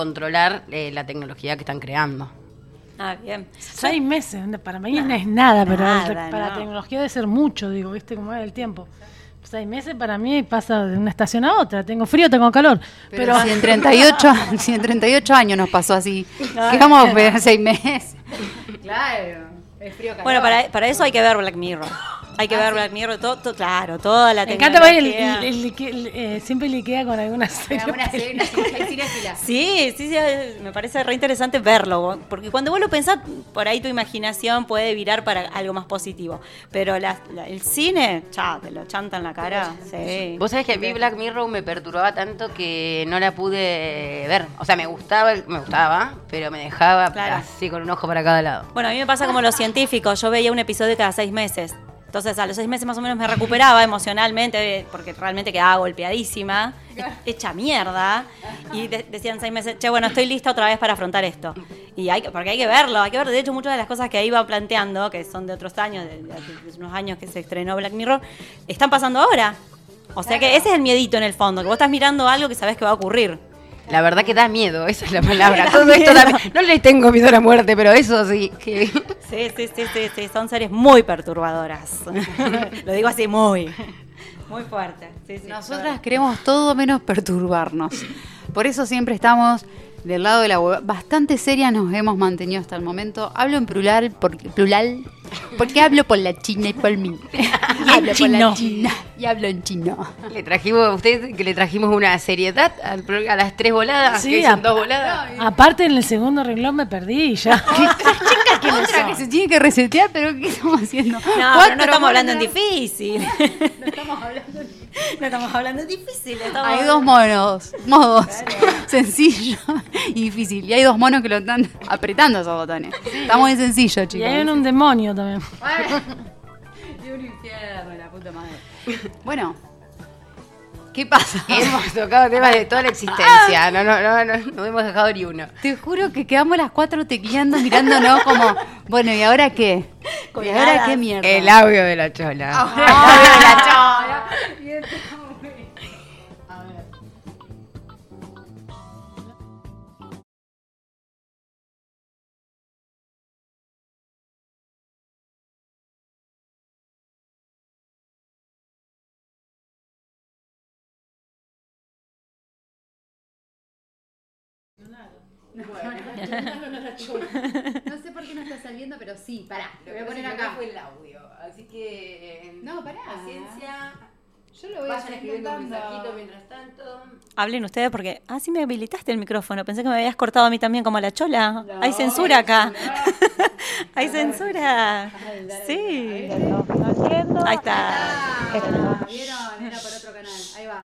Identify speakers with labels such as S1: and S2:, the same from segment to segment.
S1: controlar la tecnología que están creando.
S2: Ah, bien.
S3: 6 meses, para mí no es nada, pero
S2: nada,
S3: para
S2: no.
S3: la tecnología debe ser mucho, digo, ¿viste cómo es el tiempo? 6 meses para mí pasa de una estación a otra, tengo frío, tengo calor.
S4: Pero si en 38 años nos pasó así, ¿qué vamos a ver 6 meses? Claro, es frío, calor.
S2: Bueno, para eso hay que ver Black Mirror. Hay que ver Black Mirror, claro, toda la
S3: Me encanta
S2: tecnología.
S3: siempre liquea con algunas series.
S2: Sí, me parece re interesante verlo, porque cuando vos lo pensás, por ahí tu imaginación puede virar para algo más positivo, pero el cine, te lo chanta en la cara. Sí.
S1: Vos sabés que a mí Black Mirror me perturbaba tanto que no la pude ver. O sea, me gustaba, pero me dejaba así con un ojo para cada lado.
S2: Bueno, a mí me pasa como los científicos, yo veía un episodio cada 6 meses. Entonces a los 6 meses más o menos me recuperaba emocionalmente, porque realmente quedaba golpeadísima, hecha mierda, y decían 6 meses, bueno, estoy lista otra vez para afrontar esto. Y porque hay que verlo, de hecho muchas de las cosas que ahí iba planteando, que son de otros años, de unos años que se estrenó Black Mirror, están pasando ahora. O sea que ese es el miedito en el fondo, que vos estás mirando algo que sabés que va a ocurrir.
S1: La verdad que da miedo, esa es la palabra. Todo esto da miedo. No le tengo miedo a la muerte, pero eso sí.
S2: Sí, son series muy perturbadoras. Lo digo así, muy fuerte. Sí,
S4: Nosotras queremos todo menos perturbarnos. Por eso siempre estamos del lado de la web. Bastante serias nos hemos mantenido hasta el momento. Hablo en plural porque hablo por la China y por mí. Hablo por la China y hablo en chino.
S1: Le trajimos una seriedad a las 3 voladas,
S3: Sí,
S1: que son 2 voladas.
S3: Aparte en el segundo renglón me perdí y ya.
S4: Otra que se tiene que resetear, pero ¿qué estamos haciendo?
S2: No, pero no estamos hablando en difícil. No estamos hablando en difícil.
S4: Hay 2 modos, sencillo y difícil. Y hay 2 monos que lo están apretando esos botones. Está muy sencillo, chicos.
S3: Y hay un demonio también.
S4: Y un infierno, la puta madre. Bueno, ¿qué pasa?
S1: Hemos tocado temas de toda la existencia. No hemos dejado ni uno.
S4: Te juro que quedamos las 4 tecleando, mirándonos como, bueno, ¿y ahora qué? ¿Y ahora qué mierda?
S1: El audio de la chola.
S4: El audio de la chola. A ver. No sé por qué no está saliendo, pero sí, pará, lo voy a poner acá.
S1: Fue el audio, así que
S4: No, pará.
S1: paciencia.
S4: Yo lo voy a hacer
S1: escribiendo un mensajito mientras tanto.
S2: Hablen ustedes porque... sí me habilitaste el micrófono. Pensé que me habías cortado a mí también como a la chola. Hay censura acá. Hay censura. Sí.
S3: No entiendo.
S2: Ahí está.
S4: ¿Vieron? Era por otro canal. Ahí va.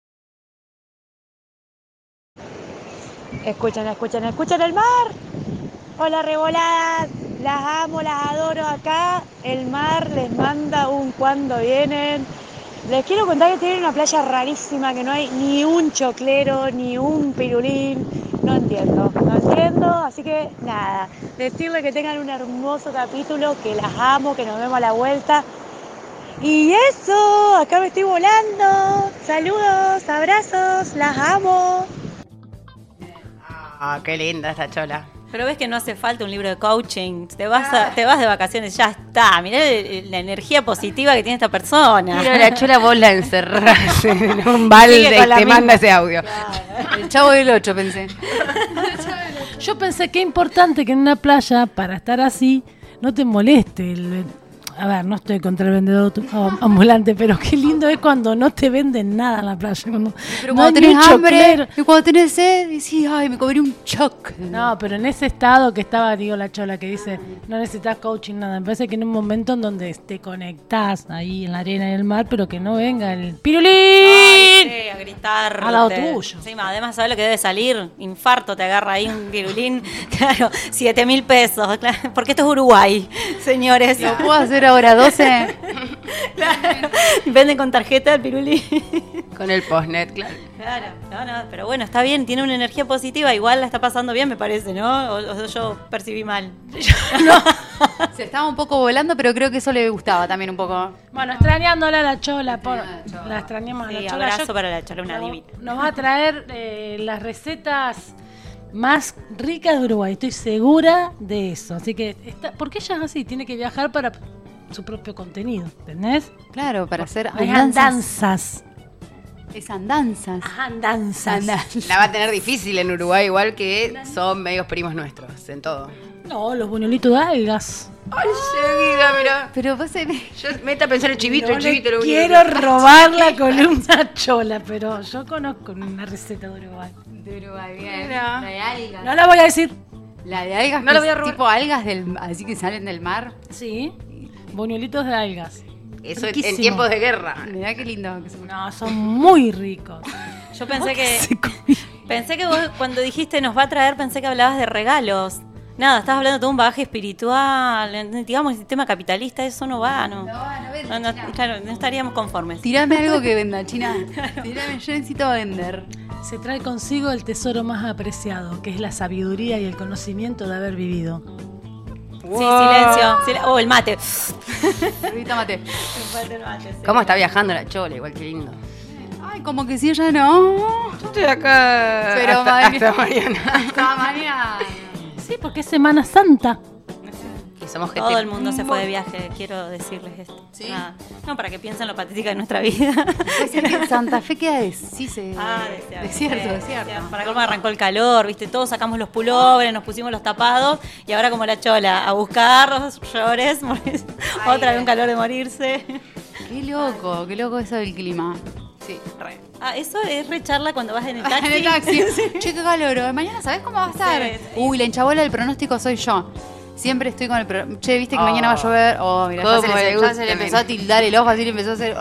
S5: Escuchan el mar. Hola revoladas, las amo, las adoro acá. El mar les manda un cuando vienen. Les quiero contar que tienen una playa rarísima, que no hay ni un choclero, ni un pirulín. No entiendo, así que nada, decirles que tengan un hermoso capítulo, que las amo, que nos vemos a la vuelta. Y eso, acá me estoy volando. Saludos, abrazos, las amo.
S1: Qué linda esta chola.
S2: Pero ves que no hace falta un libro de coaching. Te vas de vacaciones, ya está. Mirá la energía positiva que tiene esta persona.
S1: Mira, la chola vos la encerrás en un balde y te manda ese audio.
S4: Claro. El Chavo del 8 pensé.
S3: Yo pensé que es importante que en una playa, para estar así, no te moleste a ver, no estoy contra el vendedor ambulante, pero qué lindo es cuando no te venden nada en la playa.
S4: Pero cuando tenés hambre y cuando tenés sed, decís, ay, me comeré un choc.
S3: No, pero en ese estado que estaba, digo, la chola que dice, no necesitas coaching, nada. Me parece que en un momento en donde te conectás ahí en la arena y el mar, pero que no venga el pirulín.
S2: Ay, sí, a gritar.
S3: Al lado tuyo.
S2: Sí, además, ¿sabes lo que debe salir? Infarto, te agarra ahí un pirulín. Claro, 7.000 pesos. Claro, porque esto es Uruguay, señores.
S4: ¿Lo puedo hacer ahora 12?
S2: Claro. Venden con tarjeta el pirulín.
S1: Con el postnet, claro.
S2: Claro, no, pero bueno, está bien, tiene una energía positiva, igual la está pasando bien, me parece, ¿no? O yo percibí mal.
S4: No. Se estaba un poco volando, pero creo que eso le gustaba también un poco.
S3: Bueno, extrañándola a la chola, la extrañamos a
S2: Sí,
S3: la chola.
S2: abrazo para la chola, una divina.
S3: Nos va a traer las recetas más ricas de Uruguay. Estoy segura de eso. Así que, porque ella es así, tiene que viajar para su propio contenido, ¿entendés?
S4: Claro, para hacer
S3: andanzas.
S4: Es andanzas.
S3: Andanzas.
S1: La va a tener difícil en Uruguay, igual que son medios primos nuestros, en todo.
S3: No, los buñuelitos de algas.
S1: Ay, seguida, mira.
S4: Pero vos
S1: Yo me está a pensar el chivito,
S3: No
S1: el chivito.
S3: le quiero robar la columna chola, pero yo conozco una receta de Uruguay.
S4: de Uruguay, bien.
S1: Mira.
S4: La de algas.
S3: No la voy a decir.
S4: La de algas,
S1: No
S4: que
S1: la voy a
S4: es
S1: robar.
S4: tipo algas así que salen del mar.
S3: Sí, buñuelitos de algas.
S1: Eso
S3: Riquísimo.
S1: en tiempos de guerra.
S4: Mirá qué lindo que se
S3: No, son muy ricos.
S2: Yo pensé que vos cuando dijiste nos va a traer, pensé que hablabas de regalos. Nada, estás hablando de todo un bagaje espiritual, digamos, el sistema capitalista, eso no va, ¿no? Claro, no estaríamos conformes.
S4: Tirame algo que venda, China. Tirame, yo necesito vender.
S3: Se trae consigo el tesoro más apreciado, que es la sabiduría y el conocimiento de haber vivido.
S2: Sí, silencio. Oh, el mate.
S4: Ahorita mate.
S1: ¿Cómo está viajando la chola? Igual que lindo.
S4: Ay, como que si ella no.
S1: Yo estoy acá
S4: Pero
S1: hasta mañana.
S4: Hasta mañana.
S3: Sí, porque es Semana Santa.
S1: Y somos gente
S2: Todo el mundo se fue de viaje, quiero decirles esto.
S4: ¿Sí?
S2: Nada. No, para que piensen lo patética de nuestra vida.
S4: Puede ser que Santa Fe queda desierto.
S2: Desierto. Para cómo arrancó el calor, viste, todos sacamos los pullovers, nos pusimos los tapados y ahora como la chola, a buscar los llores, otra vez un calor de morirse.
S4: Qué loco eso del clima. Sí, re.
S2: Eso es re charla cuando vas en el taxi.
S4: En el taxi. Che, qué calor. Mañana, ¿sabes cómo va a estar?
S2: Sí.
S4: Uy, la hinchabola del pronóstico soy yo. Siempre estoy con el pronóstico. Che, ¿viste que mañana va a llover? Oh, mira, ya se le empezó a tildar el ojo, así le empezó a hacer...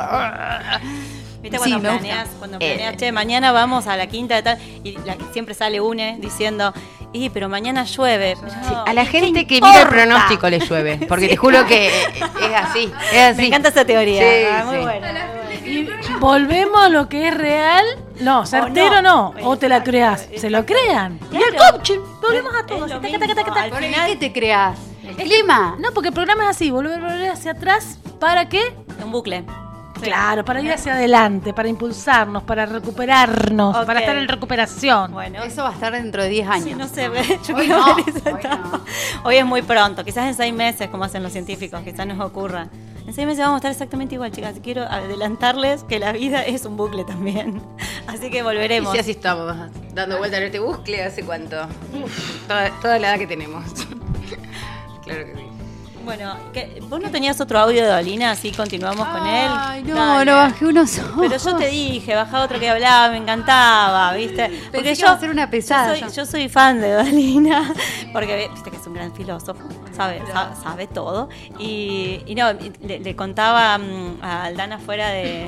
S2: ¿Viste
S4: Sí,
S2: cuando
S4: me
S2: planeas,
S4: gusta.
S2: che, mañana vamos a la quinta de tal, y siempre sale une diciendo, pero mañana llueve. No,
S1: a la
S2: ¿y qué
S1: gente que
S2: importa?
S1: mira el pronóstico le llueve. Porque te juro que es así.
S2: Me encanta esa teoría.
S1: Sí,
S2: Muy
S1: sí.
S2: buena.
S3: Y volvemos a lo que es real. No, certero no. O te la creas. Se lo crean. Y el coaching. Volvemos a todo.
S2: Es lo
S3: Taca, taca, taca,
S2: mismo.
S3: taca.
S2: Al
S4: ¿Por
S2: final-
S4: qué te creas? ¿El clima?
S3: No, porque el programa es así. Volver hacia atrás. ¿Para qué?
S2: Un bucle.
S3: Claro, para ir hacia adelante, para impulsarnos, para recuperarnos,
S2: Ok.
S3: para estar en recuperación.
S2: Bueno,
S4: Eso va a estar dentro de 10 años.
S2: sí, no sé, yo
S4: Hoy
S2: quiero
S4: no,
S2: ver esa
S4: hoy
S2: etapa.
S4: no.
S2: Hoy es muy pronto, quizás en 6 meses, como hacen los científicos, quizás nos ocurra. En 6 meses vamos a estar exactamente igual, chicas. Quiero adelantarles que la vida es un bucle también. Así que
S1: Y
S2: volveremos.
S1: si así estamos, dando vuelta en este bucle, ¿hace cuánto? Toda la edad que tenemos. Claro que sí.
S2: Bueno, ¿vos no tenías otro audio de Dolina? Así continuamos con él.
S4: Ay, no,
S2: Dale.
S4: no bajé uno solo.
S2: Pero yo te dije, baja otro que hablaba, me encantaba, ¿viste?
S4: Pensé que iba a ser una pesada.
S2: Yo soy fan de Dolina, porque viste que es un gran filósofo, sabe todo. Y no, le contaba a Aldana fuera de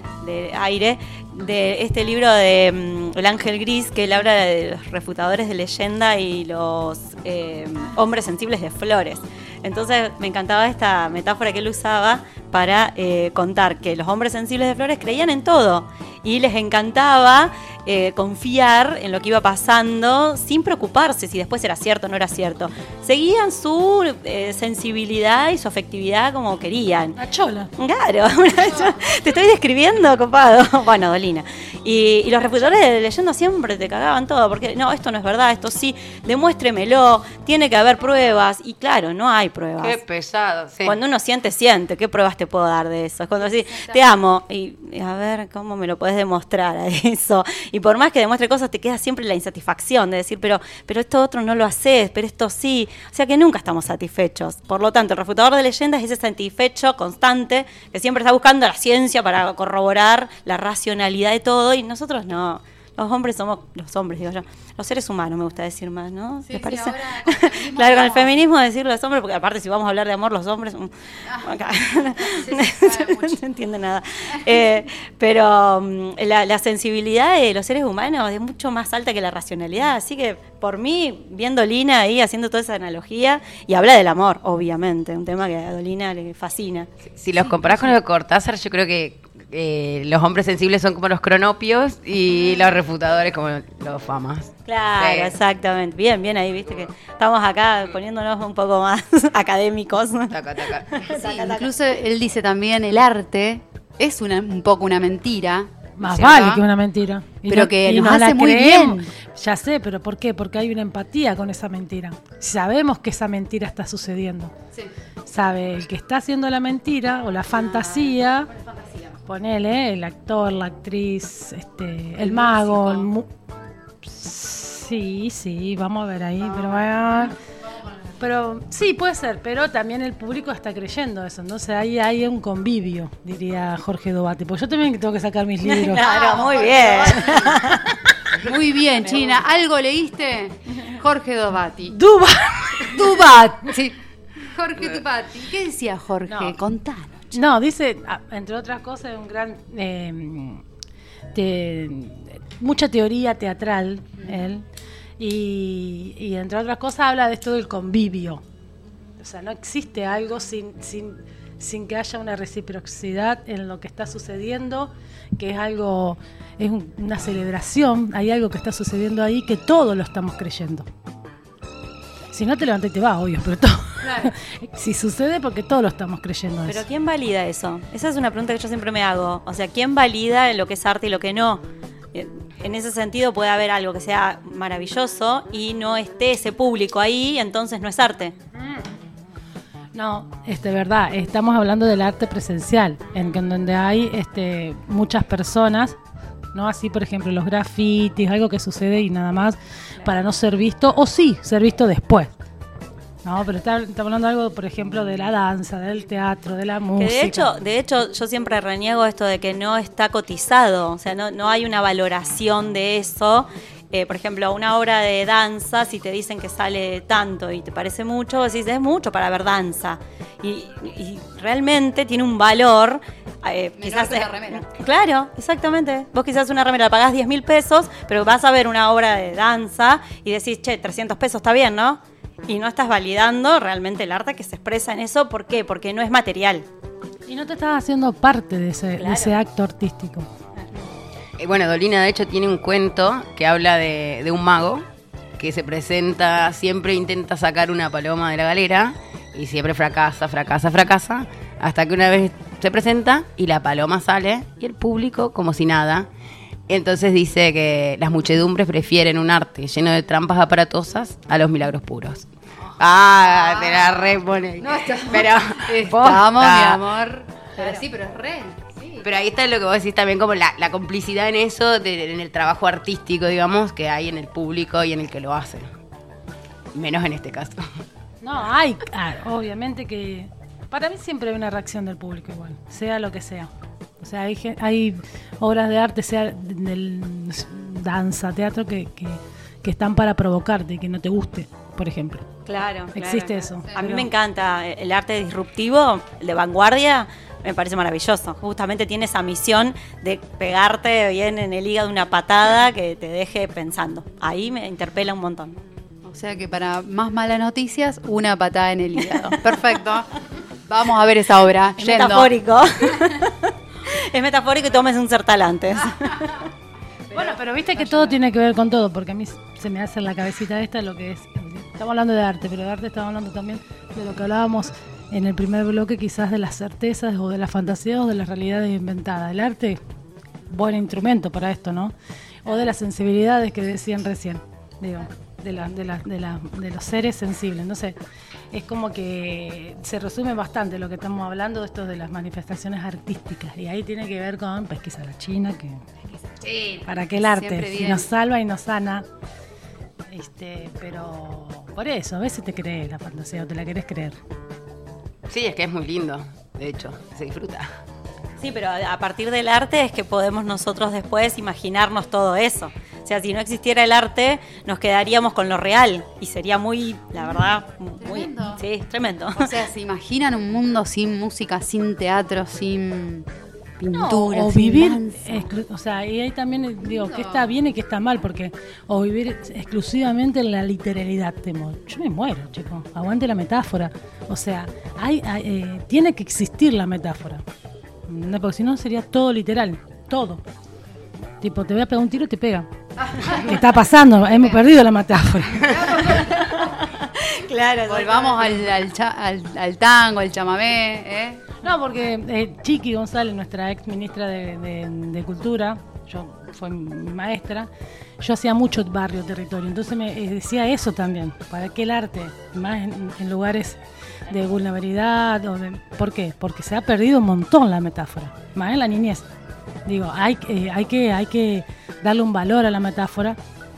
S2: aire de este libro de El Ángel Gris, que él habla de los refutadores de leyenda y los hombres sensibles de flores. Entonces me encantaba esta metáfora que él usaba para contar que los hombres sensibles de flores creían en todo y les encantaba confiar en lo que iba pasando sin preocuparse si después era cierto o no era cierto. Seguían su sensibilidad y su afectividad como querían.
S3: La chola.
S2: Claro, te estoy describiendo, copado. Bueno, Dolina. Y los refutadores de leyenda siempre te cagaban todo, porque no, esto no es verdad, esto sí, demuéstremelo, tiene que haber pruebas. Y claro, no hay pruebas.
S1: Qué pesado, sí.
S2: Cuando uno siente, ¿qué pruebas te puedo dar de eso? Es cuando decís, te amo, y a ver, ¿cómo me lo podés demostrar a eso? Y por más que demuestre cosas, te queda siempre la insatisfacción de decir, pero esto otro no lo haces, pero esto sí. O sea que nunca estamos satisfechos. Por lo tanto, el refutador de leyendas es ese satisfecho constante que siempre está buscando la ciencia para corroborar la racionalidad de todo, y nosotros no. Los hombres somos, los seres humanos, me gusta decir más, ¿no?
S4: Sí,
S2: ¿Les
S4: sí,
S2: parece?
S4: ahora con el feminismo
S2: Claro, con el
S4: no.
S2: feminismo decir los hombres, porque aparte si vamos a hablar de amor, los hombres... acá. No se entiende nada. Pero la sensibilidad de los seres humanos es mucho más alta que la racionalidad, así que por mí, viendo Lina ahí haciendo toda esa analogía, y habla del amor, obviamente, un tema que a Dolina le fascina.
S1: Si los comparás con lo de Cortázar, yo creo que los hombres sensibles son como los cronopios y los refutadores como los famas.
S2: Claro,
S1: Sí.
S2: exactamente. Bien ahí, viste que estamos acá poniéndonos un poco más académicos.
S1: Taca.
S4: Sí, incluso él dice también, el arte es un poco una mentira.
S3: Más
S4: ¿cierto?
S3: vale que una mentira.
S4: Pero que nos
S3: no
S4: hace
S3: la
S4: muy
S3: creemos.
S4: bien.
S3: Ya sé, pero ¿por qué? Porque hay una empatía con esa mentira. Sabemos que esa mentira está sucediendo.
S4: Sí.
S3: Sabe el que está haciendo la mentira o la fantasía. Ponele, el actor, la actriz, el mago. Sí, vamos a ver ahí, pero sí, puede ser, pero también el público está creyendo eso, entonces ahí hay un convivio, diría Jorge Dovati, porque yo también tengo que sacar mis libros.
S2: Claro, muy bien.
S4: Muy bien, China. ¿Algo leíste? Jorge Dovati.
S3: Dubat.
S4: Sí. Jorge Dovati. ¿Qué decía Jorge?
S3: No.
S4: Contanos.
S3: No, dice, entre otras cosas, un gran... mucha teoría teatral, él, y entre otras cosas habla de esto del convivio. O sea, no existe algo sin que haya una reciprocidad en lo que está sucediendo, que es algo, una celebración, hay algo que está sucediendo ahí que todos lo estamos creyendo. Si no te levantas y te vas, obvio, pero todo. Claro. Si sucede, porque todos lo estamos creyendo.
S2: Pero
S3: eso.
S2: ¿quién valida eso? Esa es una pregunta que yo siempre me hago. O sea, ¿quién valida lo que es arte y lo que no? En ese sentido puede haber algo que sea maravilloso y no esté ese público ahí, entonces no es arte.
S3: No, verdad, estamos hablando del arte presencial, en donde hay muchas personas, no así por ejemplo los grafitis, algo que sucede y nada más para no ser visto, o sí, ser visto después. No, pero estamos hablando de algo, por ejemplo, de la danza, del teatro, de la música.
S2: Que de hecho, yo siempre reniego esto de que no está cotizado, o sea, no hay una valoración de eso. Por ejemplo, una obra de danza, si te dicen que sale tanto y te parece mucho, vos decís, es mucho para ver danza. Y realmente tiene un valor. Quizás
S4: que la remera.
S2: Claro, exactamente. Vos quizás una remera la pagás 10.000 pesos, pero vas a ver una obra de danza y decís, 300 pesos está bien, ¿no? Y no estás validando realmente el arte que se expresa en eso. ¿Por qué? Porque no es material.
S3: Y no te estás haciendo parte de ese acto artístico.
S1: Bueno, Dolina de hecho tiene un cuento que habla de un mago que se presenta, siempre intenta sacar una paloma de la galera y siempre fracasa, hasta que una vez se presenta y la paloma sale y el público como si nada. Entonces dice que las muchedumbres prefieren un arte lleno de trampas aparatosas a los milagros puros. Te la repone.
S4: No,
S1: pero
S4: estamos, mi amor. Pero sí, pero es re. Sí.
S1: Pero ahí está lo que vos decís también, como la complicidad en eso, en el trabajo artístico, digamos, que hay en el público y en el que lo hace. Menos en este caso.
S3: No, hay, obviamente que... Para mí siempre hay una reacción del público igual, sea lo que sea. O sea, hay obras de arte, sea del danza, teatro, que están para provocarte y que no te guste, por ejemplo.
S2: Claro.
S3: Existe eso.
S2: A mí me encanta el arte disruptivo, el de vanguardia, me parece maravilloso. Justamente tiene esa misión de pegarte bien en el hígado una patada que te deje pensando. Ahí me interpela un montón.
S4: O sea que para más malas noticias, una patada en el hígado. Perfecto. Vamos a ver esa obra.
S2: Es metafórico. Es metafórico y tomes un sertal antes.
S3: Bueno, pero viste que todo tiene que ver con todo, porque a mí se me hace en la cabecita esta lo que es. Estamos hablando de arte, pero de arte estamos hablando también de lo que hablábamos en el primer bloque, quizás de las certezas o de las fantasías o de las realidades inventadas. El arte, buen instrumento para esto, ¿no? O de las sensibilidades que decían recién, digo, de los seres sensibles. No sé, es como que se resume bastante lo que estamos hablando de esto de las manifestaciones artísticas. Y ahí tiene que ver con pesquisa la China, que
S4: Sí,
S3: para que el arte
S4: siempre
S3: si
S4: bien.
S3: nos salva y nos sana. Pero por eso, a veces te crees la fantasía o te la querés creer.
S1: Sí, es que es muy lindo, de hecho, se disfruta.
S2: Sí, pero a partir del arte es que podemos nosotros después imaginarnos todo eso. O sea, si no existiera el arte, nos quedaríamos con lo real y sería muy, la verdad, muy...
S4: Tremendo.
S2: Sí, tremendo.
S4: O sea, ¿se imaginan un mundo sin música, sin teatro, sin pintura,
S3: o
S4: sin
S3: vivir,
S4: danza?
S3: o sea, y ahí también digo que está bien y que está mal, porque o vivir exclusivamente en la literalidad, yo me muero, chico, aguante la metáfora, o sea, tiene que existir la metáfora, ¿no? Porque si no sería todo literal, todo, tipo, te voy a pegar un tiro y te pega. ¿Qué está pasando? Hemos perdido la metáfora.
S2: Claro.
S4: Volvamos al tango, al chamamé, ¿eh?
S3: No, porque Chiqui González, nuestra ex ministra de Cultura, fue mi maestra, yo hacía mucho barrio, territorio, entonces me decía eso también, ¿para qué el arte? Más en lugares de vulnerabilidad, ¿por qué? Porque se ha perdido un montón la metáfora, más en la niñez. Digo, hay que darle un valor a la metáfora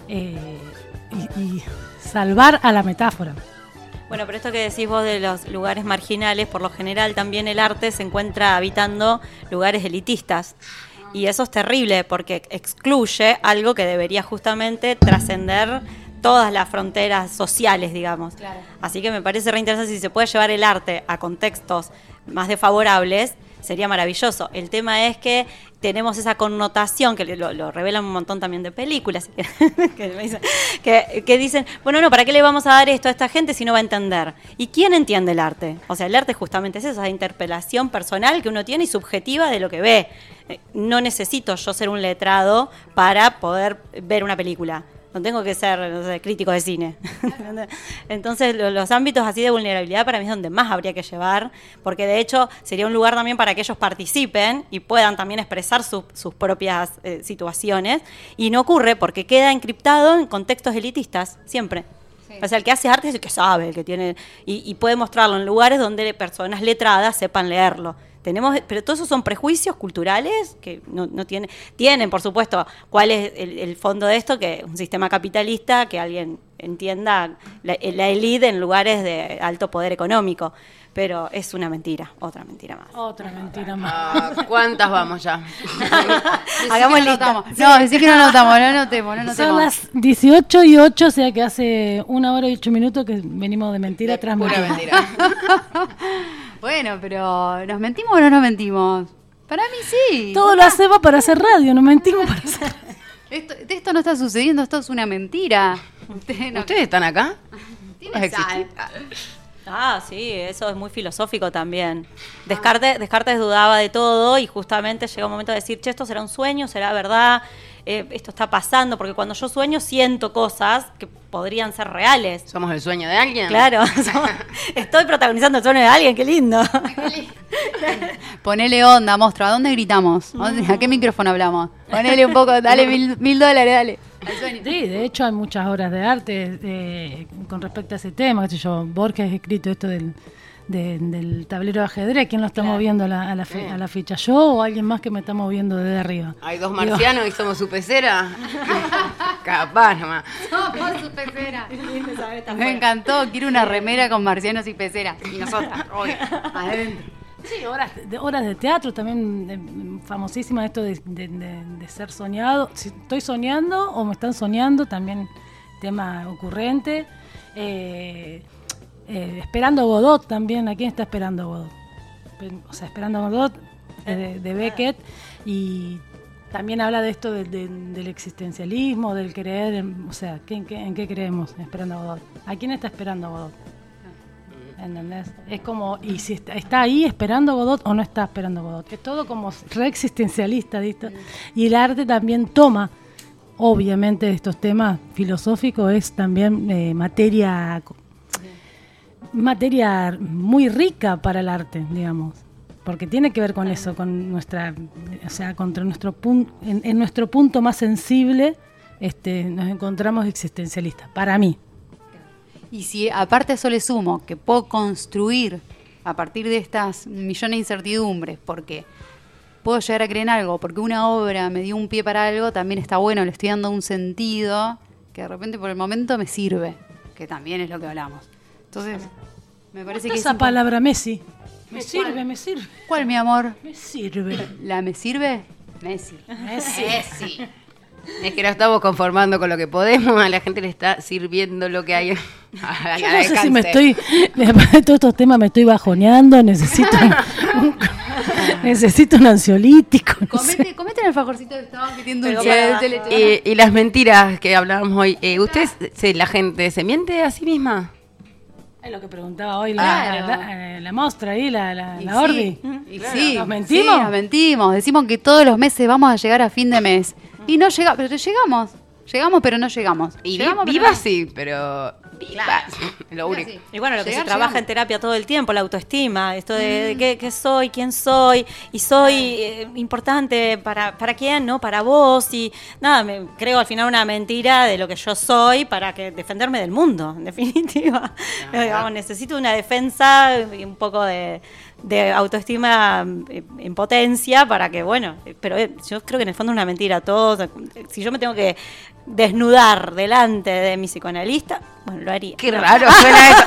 S3: y salvar a la metáfora.
S2: Bueno, pero esto que decís vos de los lugares marginales, por lo general también el arte se encuentra habitando lugares elitistas. Y eso es terrible porque excluye algo que debería justamente trascender todas las fronteras sociales, digamos. Claro. Así que me parece re interesante si se puede llevar el arte a contextos más desfavorables, sería maravilloso. El tema es que tenemos esa connotación, que lo revelan un montón también de películas, que dicen, bueno, no, ¿para qué le vamos a dar esto a esta gente si no va a entender? ¿Y quién entiende el arte? O sea, el arte justamente es esa interpelación personal que uno tiene y subjetiva de lo que ve. No necesito yo ser un letrado para poder ver una película. No tengo que ser, no sé, crítico de cine. Entonces, los ámbitos así de vulnerabilidad para mí es donde más habría que llevar, porque de hecho sería un lugar también para que ellos participen y puedan también expresar sus propias situaciones. Y no ocurre porque queda encriptado en contextos elitistas, siempre. Sí. O sea, el que hace arte es el que sabe, el que tiene y puede mostrarlo en lugares donde personas letradas sepan leerlo. Pero todos esos son prejuicios culturales que no tienen, por supuesto, cuál es el fondo de esto, que es un sistema capitalista, que alguien entienda la élite en lugares de alto poder económico. Pero es una mentira, otra mentira más.
S3: Otra mentira más.
S1: ¿Cuántas vamos ya?
S4: Hagamos lista. No, decís que no anotamos, no anotemos.
S3: Son las 18:08, o sea que hace 1 hora y 8 minutos que venimos de mentira tras
S1: pura mentira.
S4: Bueno, pero ¿nos mentimos o no nos mentimos? Para mí sí.
S3: Todo lo hacemos para hacer radio, nos mentimos para hacer radio.
S4: Esto no está sucediendo, esto es una mentira.
S1: ¿Ustedes están acá?
S2: Sí, eso es muy filosófico también. Descartes dudaba de todo y justamente llega un momento de decir, che, esto será un sueño, será verdad, esto está pasando, porque cuando yo sueño siento cosas que podrían ser reales.
S1: ¿Somos el sueño de alguien?
S2: Claro, estoy protagonizando el sueño de alguien, qué lindo.
S4: Ponele onda, monstruo, ¿a dónde gritamos? ¿A qué micrófono hablamos? Ponele un poco, dale $1.000, dale.
S3: Sí, de hecho hay muchas obras de arte con respecto a ese tema, qué sé yo, Borges ha escrito esto del tablero de ajedrez. ¿Quién lo está moviendo a la ficha? ¿Yo o alguien más que me está moviendo desde arriba?
S1: Hay 2 marcianos y somos su pecera. Capaz nomás.
S4: Somos su pecera. Me encantó, quiero una remera con marcianos y peceras. Y nosotras, hoy, adentro.
S3: Sí, obras de teatro también famosísimas, esto de ser soñado. Si estoy soñando o me están soñando, también tema ocurrente. Esperando a Godot también. ¿A quién está esperando Godot? O sea, Esperando a Godot de Beckett, y también habla de esto del existencialismo, del creer, o sea, ¿en qué creemos? Esperando a Godot. ¿A quién está esperando Godot? ¿Entendés? Es como, y si está ahí esperando Godot o no está esperando Godot. Es todo como reexistencialista, ¿viste? Y el arte también toma, obviamente, estos temas filosóficos, es también materia muy rica para el arte, digamos. Porque tiene que ver con eso, con nuestra, o sea, contra nuestro punto, en nuestro punto más sensible, nos encontramos existencialistas, para mí.
S4: Y si aparte a eso le sumo que puedo construir a partir de estas millones de incertidumbres, porque puedo llegar a creer en algo, porque una obra me dio un pie para algo, también está bueno, le estoy dando un sentido que de repente por el momento me sirve, que también es lo que hablamos. Entonces, me parece que
S3: esa palabra Messi. Me sirve.
S4: ¿Cuál, mi amor?
S3: Me sirve.
S4: ¿La me sirve? Messi.
S1: Es que nos estamos conformando con lo que podemos, a la gente le está sirviendo lo que hay.
S3: Yo no sé si después de todos estos temas me estoy bajoneando, necesito un ansiolítico.
S4: Comete el alfajorcito que estaban metiendo
S1: y las mentiras que hablábamos hoy. ¿La gente se miente a sí misma?
S3: Es lo que preguntaba hoy la mostra ahí, la Ordi.
S4: Sí,
S3: ¿Nos mentimos?
S4: Sí, nos mentimos. Decimos que todos los meses vamos a llegar a fin de mes. Y no llegamos, pero llegamos. Llegamos, pero no llegamos.
S1: Y
S4: Llegamos, pero
S1: viva
S4: no.
S1: sí, pero viva. Lo único.
S4: Sí.
S2: Y bueno, lo que
S4: Llegar,
S2: se trabaja
S4: llegamos.
S2: en terapia todo el tiempo, la autoestima, esto de qué soy, quién soy, y soy importante para quién, ¿no? Para vos, y nada, me creo al final una mentira de lo que yo soy para que defenderme del mundo, en definitiva. Digamos, necesito una defensa y un poco de autoestima en potencia para que, bueno, pero yo creo que en el fondo es una mentira. Todos, si yo me tengo que desnudar delante de mi psicoanalista, bueno, lo haría.
S1: Qué raro suena eso.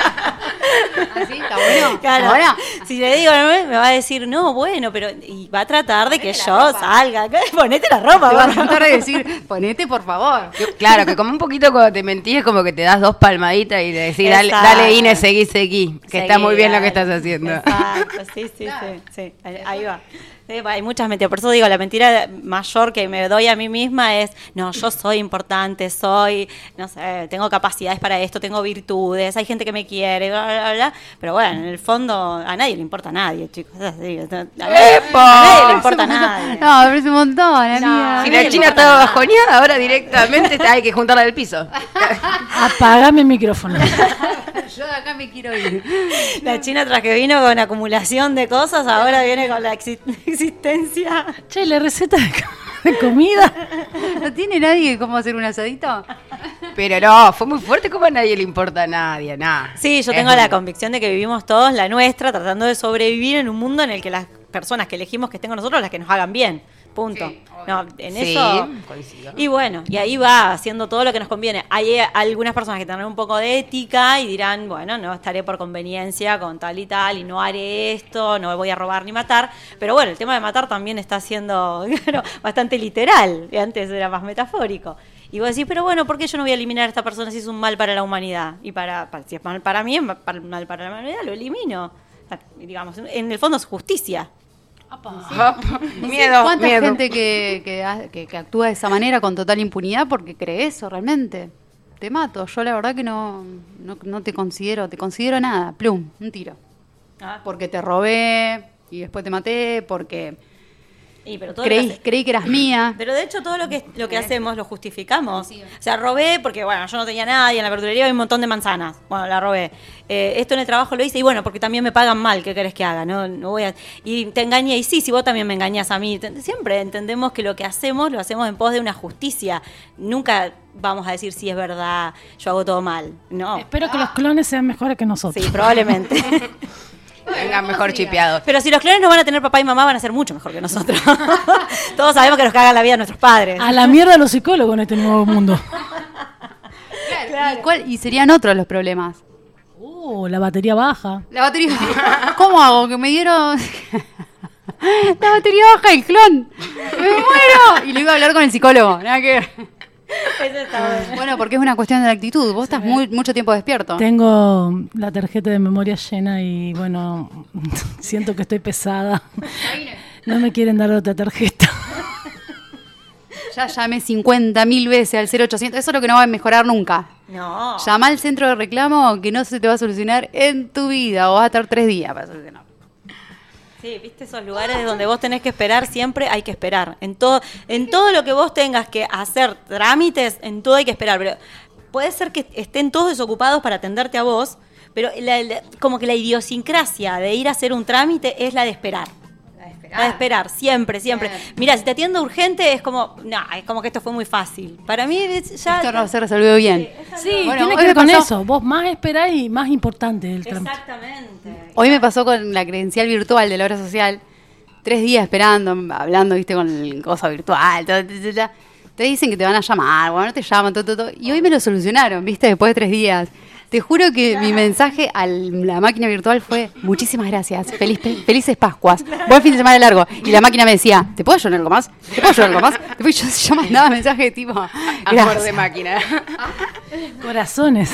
S4: ¿Así? ¿Está bueno?
S2: Claro,
S4: ¿Está bueno?
S2: si le digo, me va a decir, no, bueno, pero y va a tratar de que yo salga. Ponete la ropa,
S4: Te vas a
S2: por favor.
S4: tratar de decir, ponete por favor.
S1: Claro, que como un poquito cuando te mentís es como que te das 2 palmaditas y le decís, dale,
S2: Exacto.
S1: dale Inés, seguí, que está
S2: Seguí,
S1: muy bien lo que
S2: dale.
S1: estás haciendo.
S2: Exacto, sí, ahí va. Sí, hay muchas mentiras, por eso digo, la mentira mayor que me doy a mí misma es, no, yo soy importante, no sé, tengo capacidades para esto, tengo virtudes, hay gente que me quiere, bla, bla, bla, pero bueno, en el fondo a nadie le importa a nadie, chicos, es así, a nadie le importa a nadie.
S4: No, pero es un montón, amiga.
S1: Si
S2: no
S1: la
S2: le
S1: China
S2: importa
S1: estaba
S2: nada.
S1: bajoneada, ahora directamente hay que juntarla del piso.
S3: Apagame el micrófono.
S4: Yo de acá me quiero ir.
S2: La China tras que vino con acumulación de cosas, ahora viene con la existencia.
S3: Che, la receta de comida.
S4: ¿No tiene nadie cómo hacer un asadito?
S1: Pero no, fue muy fuerte, como a nadie le importa a nadie, nada.
S2: Sí, yo
S1: Es
S2: tengo la
S1: muy-
S2: convicción de que vivimos todos la nuestra, tratando de sobrevivir en un mundo en el que las personas que elegimos que estén con nosotros, las que nos hagan bien. Punto. No, en
S1: Sí,
S2: eso.
S1: coincido.
S2: Y bueno, y ahí va haciendo todo lo que nos conviene. Hay algunas personas que tendrán un poco de ética y dirán, bueno, no estaré por conveniencia con tal y no haré esto, no voy a robar ni matar. Pero bueno, el tema de matar también está siendo claro, bastante literal. Y antes era más metafórico. Y vos decís, pero bueno, ¿por qué yo no voy a eliminar a esta persona si es un mal para la humanidad? Y si es mal para mí, es mal para la humanidad, lo elimino. Digamos, en el fondo es justicia.
S1: Miedo,
S4: ¿Cuánta
S1: miedo.
S4: gente que actúa de esa manera con total impunidad porque cree eso realmente? Te mato. Yo la verdad que no te considero nada. Plum, un tiro. Porque te robé y después te maté, porque
S2: Pero todo lo que
S4: creí que eras mía.
S2: Pero de hecho todo lo que hacemos lo justificamos. O sea, robé porque, bueno, yo no tenía nadie, en la verdulería hay un montón de manzanas. Bueno, la robé. Esto en el trabajo lo hice y bueno, porque también me pagan mal, ¿qué querés que haga? No voy a... Y te engañé, y sí, si vos también me engañás a mí. Siempre entendemos que lo que hacemos lo hacemos en pos de una justicia. Nunca vamos a decir si es verdad, yo hago todo mal. No.
S3: Espero que los clones sean mejores que nosotros.
S2: Sí, probablemente.
S1: Vengan mejor chipeados.
S2: Pero si los clones no van a tener papá y mamá, van a ser mucho mejor que nosotros. Todos sabemos que nos cagan la vida nuestros padres.
S3: A la mierda los psicólogos en este nuevo mundo.
S4: ¿Y serían otros los problemas?
S3: La batería baja.
S4: La batería. ¿Cómo hago? Que me dieron. La batería baja del clon. ¡Me muero! Y le iba a hablar con el psicólogo. Nada que ver.
S2: Eso está bueno.
S4: Bueno, porque es una cuestión de la actitud. Vos estás mucho tiempo despierto.
S3: Tengo la tarjeta de memoria llena y bueno, siento que estoy pesada. No me quieren dar otra tarjeta.
S4: Ya llamé 50.000 veces al 0800. Eso es lo que no va a mejorar nunca.
S2: No.
S4: Llama al centro de reclamo que no se te va a solucionar en tu vida. O vas a estar 3 días para solucionar.
S2: Sí, viste esos lugares donde vos tenés que esperar, siempre hay que esperar. En todo lo que vos tengas que hacer trámites, en todo hay que esperar. Pero puede ser que estén todos desocupados para atenderte a vos, pero como que la idiosincrasia de ir a hacer un trámite es la de esperar. La de esperar, siempre. Mira, si te atiendo urgente es como que esto fue muy fácil. Para mí ya...
S4: Esto no se resolvió bien.
S3: Sí,
S4: Bueno,
S3: tiene
S4: hoy
S3: que ver
S4: me
S3: con
S4: pasó-
S3: eso. Vos más esperás y más importante el trámite.
S2: Exactamente.
S4: Hoy me pasó con la credencial virtual de la obra social. 3 días esperando, hablando, viste, con el cosa virtual. Te dicen que te van a llamar, bueno, no te llaman, todo. Y hoy me lo solucionaron, viste, después de 3 días. Te juro que mi mensaje a la máquina virtual fue: muchísimas gracias, felices Pascuas, buen fin de semana largo. Y la máquina me decía: ¿te puedo ayudar algo más? ¿Te puedo ayudar algo más? Después yo mandaba mensaje de tipo:
S1: Amor
S4: gracias.
S1: de máquina.
S3: Corazones.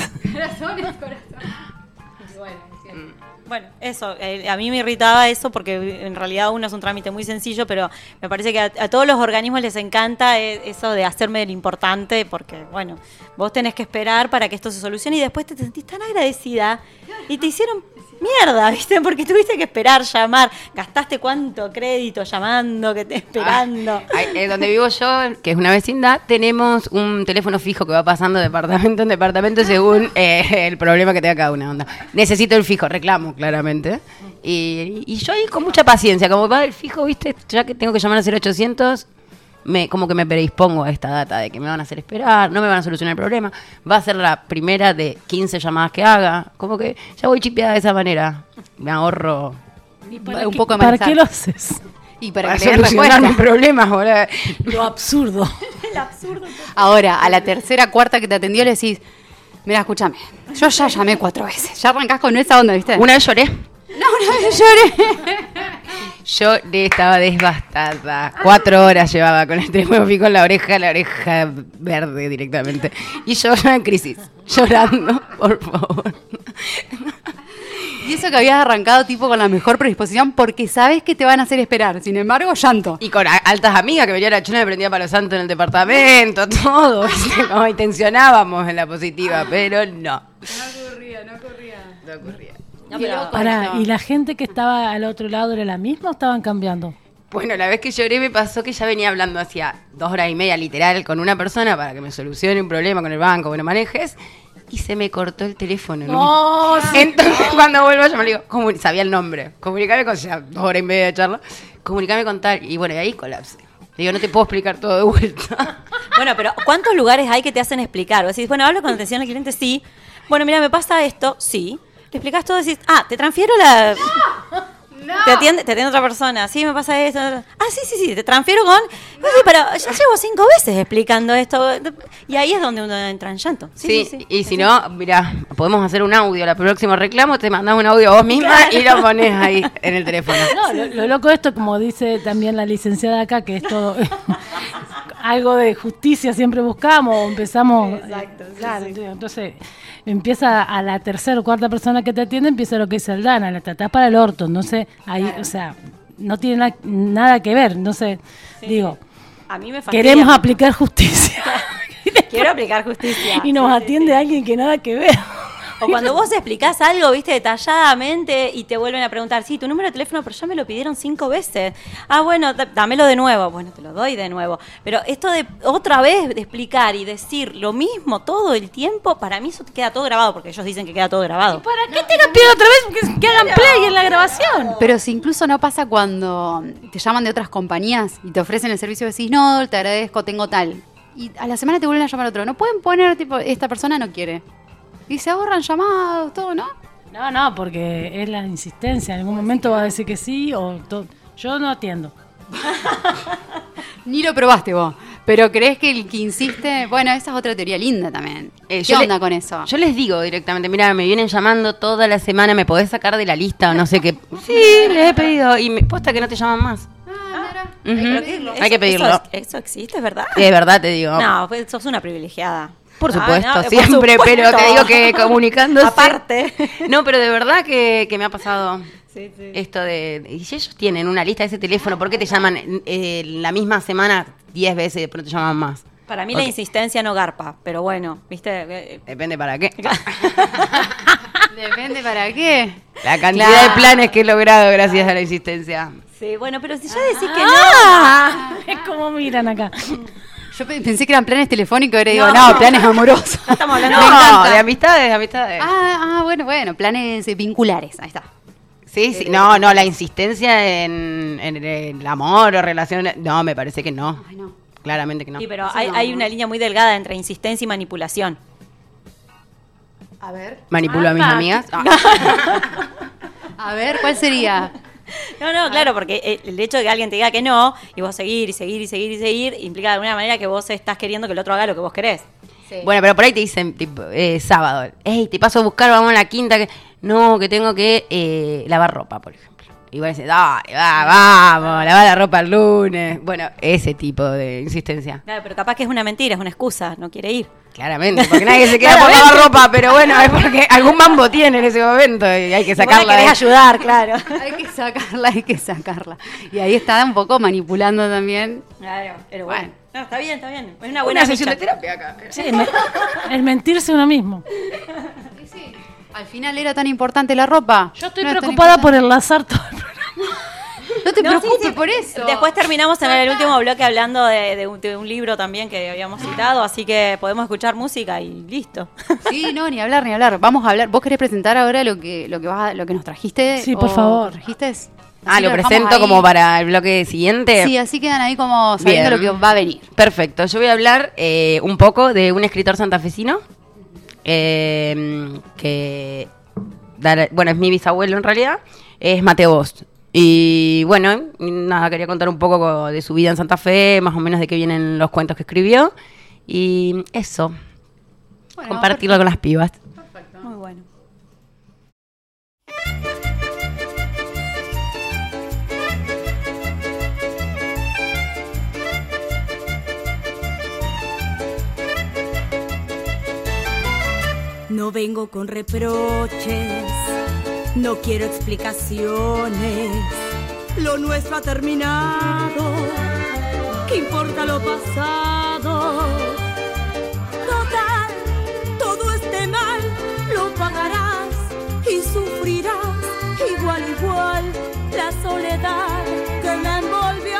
S2: Bueno, eso, a mí me irritaba eso porque en realidad uno es un trámite muy sencillo, pero me parece que a todos los organismos les encanta eso de hacerme el importante porque, bueno, vos tenés que esperar para que esto se solucione y después te sentís tan agradecida y te hicieron mierda, ¿viste? Porque tuviste que esperar, llamar, gastaste cuánto crédito llamando, que te esperando.
S1: Donde vivo yo, que es una vecindad, tenemos un teléfono fijo que va pasando de departamento en departamento según el problema que tenga cada una. Onda. Necesito el fijo, reclamo, claramente. Y yo ahí con mucha paciencia, como va el fijo, ¿viste? Ya que tengo que llamar al 0800... como que me predispongo a esta data de que me van a hacer esperar, no me van a solucionar el problema, va a ser la primera de 15 llamadas que haga, como que ya voy chipeada de esa manera, me ahorro
S4: un poco de
S3: ¿Para
S4: malestar.
S3: qué lo haces?
S4: Y
S1: para
S4: para que le den
S1: solucionar
S4: respuesta.
S1: mis problemas, boludo.
S3: Lo absurdo.
S4: Ahora, a la tercera, cuarta que te atendió le decís, mira, escúchame, yo ya llamé 4 veces. Ya arrancás con esa onda, ¿viste?
S1: Una vez lloré.
S4: No, una vez lloré.
S1: Yo estaba devastada. 4 horas llevaba con el teléfono fijo en la oreja verde directamente. Y yo en crisis, llorando, por favor.
S4: Y eso que habías arrancado tipo con la mejor predisposición porque sabes que te van a hacer esperar. Sin embargo, llanto.
S1: Y con altas amigas que venía la chona y me prendía para los santos en el departamento, todo. ¿Viste? Como intencionábamos en la positiva, pero no. No ocurría.
S2: No, pero
S3: ¿Y la gente que estaba al otro lado era la misma o estaban cambiando?
S1: Bueno, la vez que lloré me pasó que ya venía hablando hacía 2 horas y media literal con una persona para que me solucione un problema con el banco, bueno, manejes, y se me cortó el teléfono.
S3: ¡Oh, sí!
S1: Entonces cuando vuelvo a llamar le digo, sabía el nombre, comunicame con, ya 2 horas y media de charla, comunicame con tal, y bueno, y ahí colapsé. Digo, no te puedo explicar todo de vuelta.
S2: Bueno, pero ¿cuántos lugares hay que te hacen explicar? O decís, bueno, hablo con atención al cliente, sí. Bueno, mira, me pasa esto, sí. Le explicás todo y decís, te transfiero la... No. Te atiende otra persona, sí, me pasa esto. Sí, te transfiero con... Sí, pero ya llevo 5 veces explicando esto. Y ahí es donde uno entra en llanto.
S1: Sí. Y si no, mira, podemos hacer un audio. La próximo reclamo te mandás un audio vos misma y lo pones ahí en el teléfono.
S3: No, lo loco de esto, como dice también la licenciada acá, que es todo algo de justicia siempre buscamos, empezamos...
S2: Exacto,
S3: claro, entonces empieza a la tercera o cuarta persona que te atiende, empieza lo que dice Aldana, la tratás para el orto, entonces ahí, claro. O sea, no tiene nada que ver, entonces, digo,
S2: a mí me fastidia
S3: queremos
S2: mucho.
S3: aplicar justicia.
S2: Quiero aplicar justicia.
S3: Y nos atiende alguien que nada que ver.
S2: O cuando vos explicás algo, viste, detalladamente y te vuelven a preguntar, sí, tu número de teléfono, pero ya me lo pidieron 5 veces. Bueno, dámelo de nuevo. Bueno, te lo doy de nuevo. Pero esto de otra vez de explicar y decir lo mismo todo el tiempo, para mí eso te queda todo grabado, porque ellos dicen que queda todo grabado.
S3: ¿Y para qué te lo pido otra vez? Que hagan play en la grabación.
S4: Pero si incluso no pasa cuando te llaman de otras compañías y te ofrecen el servicio y decís, no, te agradezco, tengo tal. Y a la semana te vuelven a llamar otro. No pueden poner, tipo, esta persona no quiere. Y se ahorran llamados, todo, ¿no?
S3: No, porque es la insistencia. En algún momento va a decir que sí o todo. Yo no atiendo.
S4: Ni lo probaste vos. Pero crees que el que insiste... Bueno, esa es otra teoría linda también. ¿Qué onda con eso?
S1: Yo les digo directamente, mira, me vienen llamando toda la semana, ¿me podés sacar de la lista o no sé qué? Sí, les he pedido. Y me posta que no te llaman más. Hay que pedirlo.
S2: ¿Eso existe, es verdad?
S1: De verdad te digo.
S2: No, pues sos una privilegiada.
S1: Por supuesto,
S2: no,
S1: siempre,
S2: por supuesto.
S1: pero te digo que comunicándose.
S2: Aparte.
S1: No, pero de verdad que me ha pasado
S2: sí.
S1: esto de... Y si ellos tienen una lista de ese teléfono, ¿por qué te llaman la misma semana 10 veces y después te llaman más?
S2: Para mí la insistencia no garpa, pero bueno, ¿viste?
S1: Depende para qué.
S4: Depende para qué.
S1: La cantidad de planes que he logrado gracias a la insistencia.
S2: Sí, bueno, pero si ya decís que no...
S3: Es como miran acá.
S4: Yo pensé que eran planes telefónicos, ahora digo, no, planes amorosos.
S2: No estamos hablando
S1: No, de amistades.
S4: Bueno, planes vinculares, ahí está.
S1: Sí. No, la insistencia en el amor o relación, no, me parece que no.
S4: Ay, no.
S1: Claramente que no.
S2: Sí, pero hay una línea muy delgada entre insistencia y manipulación.
S4: A ver.
S1: ¿Manipulo a mis amigas?
S4: A ver, ¿cuál sería?
S2: No, claro, porque el hecho de que alguien te diga que no, y vos seguir, implica de alguna manera que vos estás queriendo que el otro haga lo que vos querés.
S4: Sí.
S1: Bueno, pero por ahí te dicen, tipo, sábado, hey, te paso a buscar, vamos a la quinta, no, que tengo que lavar ropa, por ejemplo. Y vos decís, dale, vamos, lavar la ropa el lunes. Bueno, ese tipo de insistencia.
S2: Claro, pero capaz que es una mentira, es una excusa, no quiere ir.
S1: Claramente, porque nadie se queda por lavar ropa, pero bueno, es porque algún mambo tiene en ese momento y hay que sacarla.
S2: Vos la querés ayudar, claro.
S4: Hay que sacarla. Y ahí está un poco manipulando también.
S2: Claro, pero bueno. No, está bien. Es
S1: Una sesión de terapia acá.
S3: Sí, el mentirse uno mismo.
S4: Al final era tan importante la ropa.
S3: Yo estoy
S4: No es tan
S3: preocupada por
S4: importante.
S3: enlazar todo el programa.
S4: No te
S2: No,
S4: preocupes
S2: sí, sí.
S4: por eso.
S2: Después terminamos en el último bloque hablando de un libro también que habíamos citado, así que podemos escuchar música y listo.
S4: Sí, no, ni hablar, ni hablar. Vamos a hablar. ¿Vos querés presentar ahora lo que nos trajiste?
S3: Sí, por
S4: ¿O
S3: favor.
S4: ¿Trajiste?
S1: Ah,
S4: Así
S1: lo
S4: dejamos
S1: presento
S4: ahí.
S1: como para el bloque siguiente.
S4: Sí, así quedan ahí como sabiendo
S1: Bien.
S4: lo que va a venir.
S1: Perfecto, yo voy a hablar un poco de un escritor santafesino que, bueno, es mi bisabuelo en realidad, es Mateo Bosch. Y bueno, nada, quería contar un poco de su vida en Santa Fe, más o menos de qué vienen los cuentos que escribió. Y eso,
S4: Bueno,
S1: compartirlo con las pibas.
S2: Muy bueno.
S6: No vengo con reproches, no quiero explicaciones. Lo nuestro ha terminado, ¿qué importa lo pasado? Total, todo este mal lo pagarás y sufrirás igual la soledad que me envolvió.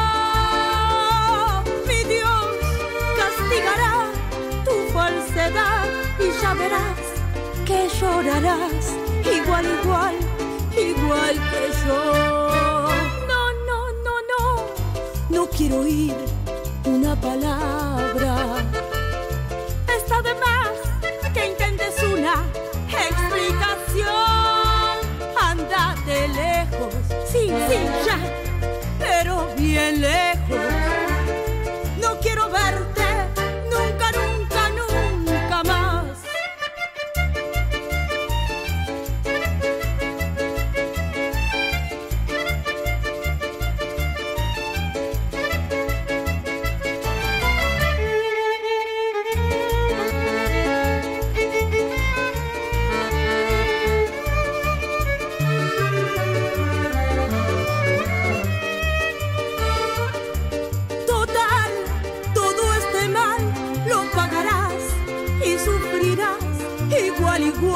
S6: Mi Dios castigará tu falsedad y ya verás que llorarás igual que yo. No quiero oír una palabra. Está de más que intentes una explicación. Ándate lejos, sí, ya, pero bien lejos. No quiero verte nunca más. Total, todo este mal lo pagarás y sufrirás igual